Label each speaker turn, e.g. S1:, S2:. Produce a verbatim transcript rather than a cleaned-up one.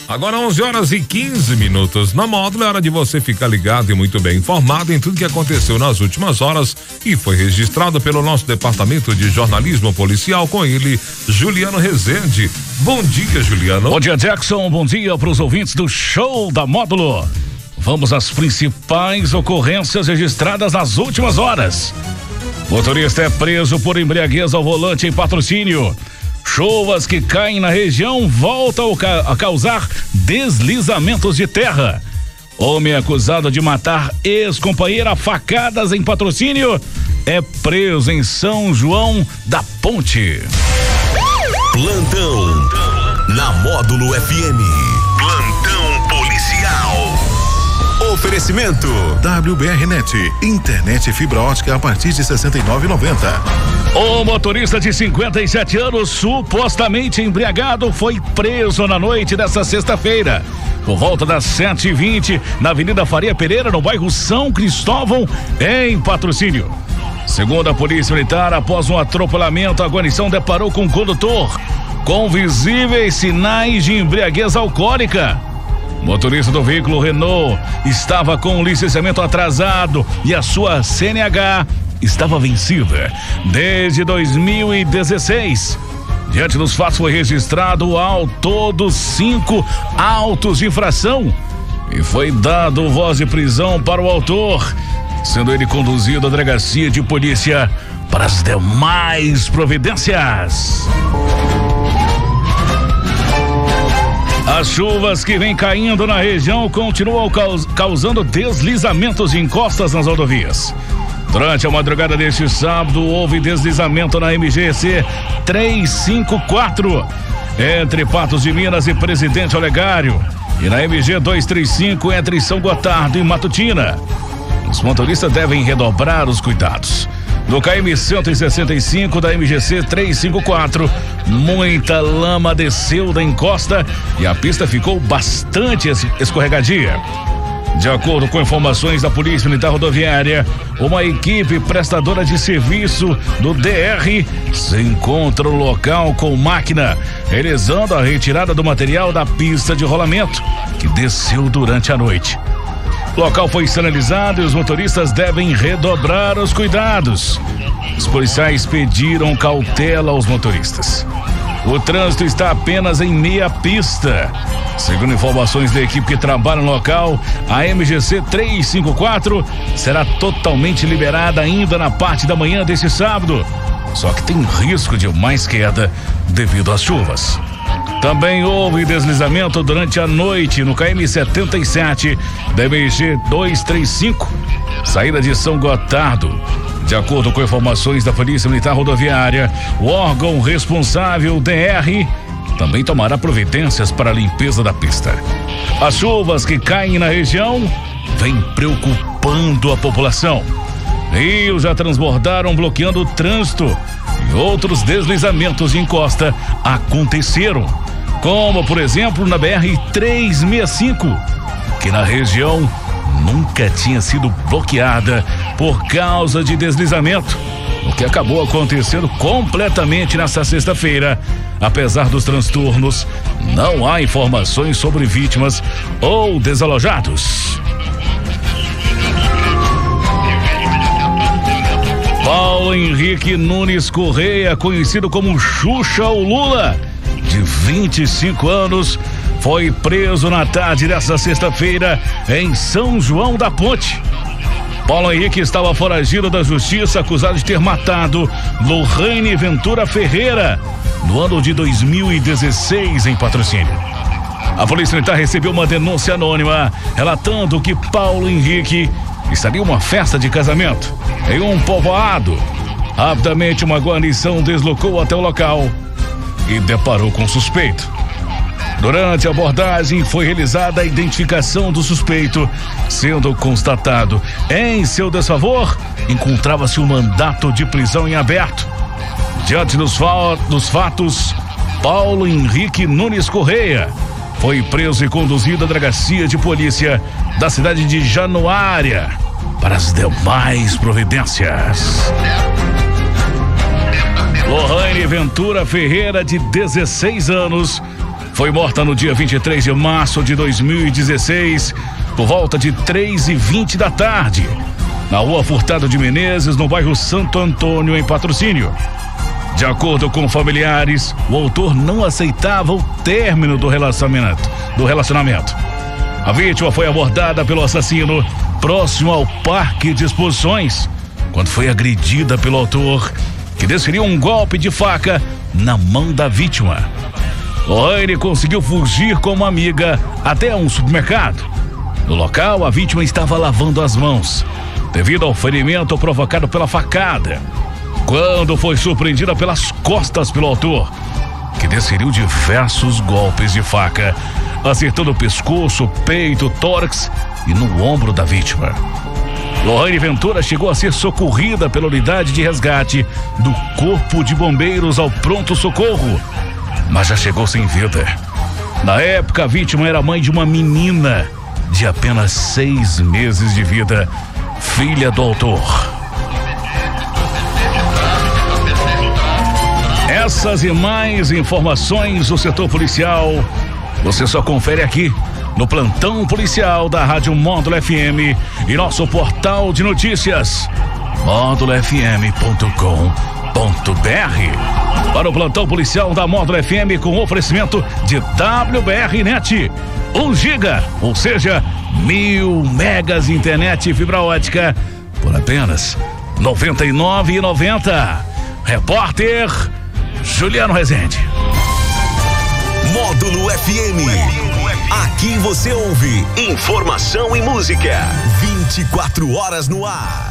S1: Agora onze horas e quinze minutos. Na Módulo é hora de você ficar ligado e muito bem informado em tudo que aconteceu nas últimas horas e foi registrado pelo nosso departamento de jornalismo policial, com ele, Juliano Rezende. Bom dia, Juliano.
S2: Bom dia, Jackson. Bom dia para os ouvintes do Show da Módulo. Vamos às principais ocorrências registradas nas últimas horas. Motorista é preso por embriaguez ao volante em Patrocínio. Chuvas que caem na região voltam a causar deslizamentos de terra. Homem acusado de matar ex-companheira a facadas em Patrocínio é preso em São João da Ponte.
S3: Plantão na Módulo F M. Plantão policial. Oferecimento W B R Net, internet fibra ótica a partir de sessenta e nove reais e noventa centavos.
S2: O motorista de cinquenta e sete anos, supostamente embriagado, foi preso na noite desta sexta-feira, por volta das sete e vinte, na Avenida Faria Pereira, no bairro São Cristóvão, em Patrocínio. Segundo a Polícia Militar, após um atropelamento, a guarnição deparou com o condutor com visíveis sinais de embriaguez alcoólica. O motorista do veículo Renault estava com o licenciamento atrasado e a sua C N H estava vencida desde dois mil e dezesseis. Diante dos fatos, foi registrado ao todo cinco autos de infração e foi dado voz de prisão para o autor, sendo ele conduzido à delegacia de polícia para as demais providências. As chuvas que vêm caindo na região continuam caus- causando deslizamentos de encostas nas rodovias. Durante a madrugada deste sábado, houve deslizamento na M G C trezentos e cinquenta e quatro, entre Patos de Minas e Presidente Olegário, e na M G duzentos e trinta e cinco, entre São Gotardo e Matutina. Os motoristas devem redobrar os cuidados. No K M cento e sessenta e cinco da M G C trezentos e cinquenta e quatro, muita lama desceu da encosta e a pista ficou bastante es- escorregadia. De acordo com informações da Polícia Militar Rodoviária, uma equipe prestadora de serviço do D R se encontra no local com máquina, realizando a retirada do material da pista de rolamento, que desceu durante a noite. O local foi sinalizado e os motoristas devem redobrar os cuidados. Os policiais pediram cautela aos motoristas. O trânsito está apenas em meia pista. Segundo informações da equipe que trabalha no local, a M G C trezentos e cinquenta e quatro será totalmente liberada ainda na parte da manhã deste sábado. Só que tem risco de mais queda devido às chuvas. Também houve deslizamento durante a noite no K M setenta e sete da M G duzentos e trinta e cinco, saída de São Gotardo. De acordo com informações da Polícia Militar Rodoviária, o órgão responsável, D R, também tomará providências para a limpeza da pista. As chuvas que caem na região vêm preocupando a população. Rios já transbordaram, bloqueando o trânsito, e outros deslizamentos de encosta aconteceram, como por exemplo na B R trezentos e sessenta e cinco, que na região nunca tinha sido bloqueada por causa de deslizamento, o que acabou acontecendo completamente nesta sexta-feira. Apesar dos transtornos, não há informações sobre vítimas ou desalojados. Paulo Henrique Nunes Correia, conhecido como Xuxa ou Lula, de vinte e cinco anos, foi preso na tarde desta sexta-feira em São João da Ponte. Paulo Henrique estava foragido da justiça, acusado de ter matado Lohane Ventura Ferreira no ano de dois mil e dezesseis em Patrocínio. A Polícia Militar recebeu uma denúncia anônima relatando que Paulo Henrique estaria em uma festa de casamento em um povoado. Rapidamente, uma guarnição deslocou até o local e deparou com o suspeito. Durante a abordagem, foi realizada a identificação do suspeito, sendo constatado em seu desfavor, encontrava-se um mandato de prisão em aberto. Diante dos, fa- dos fatos, Paulo Henrique Nunes Correia foi preso e conduzido à delegacia de polícia da cidade de Januária para as demais providências. Lohane Ventura Ferreira, de dezesseis anos, foi morta no dia vinte e três de março de dois mil e dezesseis, por volta de três e vinte da tarde, na rua Furtado de Menezes, no bairro Santo Antônio, em Patrocínio. De acordo com familiares, o autor não aceitava o término do relacionamento. Do relacionamento. A vítima foi abordada pelo assassino próximo ao Parque de Exposições, quando foi agredida pelo autor, que desferiu um golpe de faca na mão da vítima. Lohane conseguiu fugir com uma amiga até um supermercado. No local, a vítima estava lavando as mãos, devido ao ferimento provocado pela facada, quando foi surpreendida pelas costas pelo autor, que desferiu diversos golpes de faca, acertando o pescoço, peito, tórax e no ombro da vítima. Lohane Ventura chegou a ser socorrida pela unidade de resgate do Corpo de Bombeiros ao pronto-socorro, mas já chegou sem vida. Na época, a vítima era mãe de uma menina de apenas seis meses de vida, filha do autor. Essas e mais informações do setor policial você só confere aqui no Plantão Policial da Rádio Módulo F M e nosso portal de notícias módulo f m ponto com ponto b r. Para o Plantão Policial da Módulo F M com oferecimento de W B R Net, um giga, ou seja, mil megas de internet e fibra ótica por apenas noventa e nove reais e noventa centavos. Repórter Juliano Rezende.
S3: Módulo F M. Aqui você ouve informação e música. vinte e quatro horas no ar.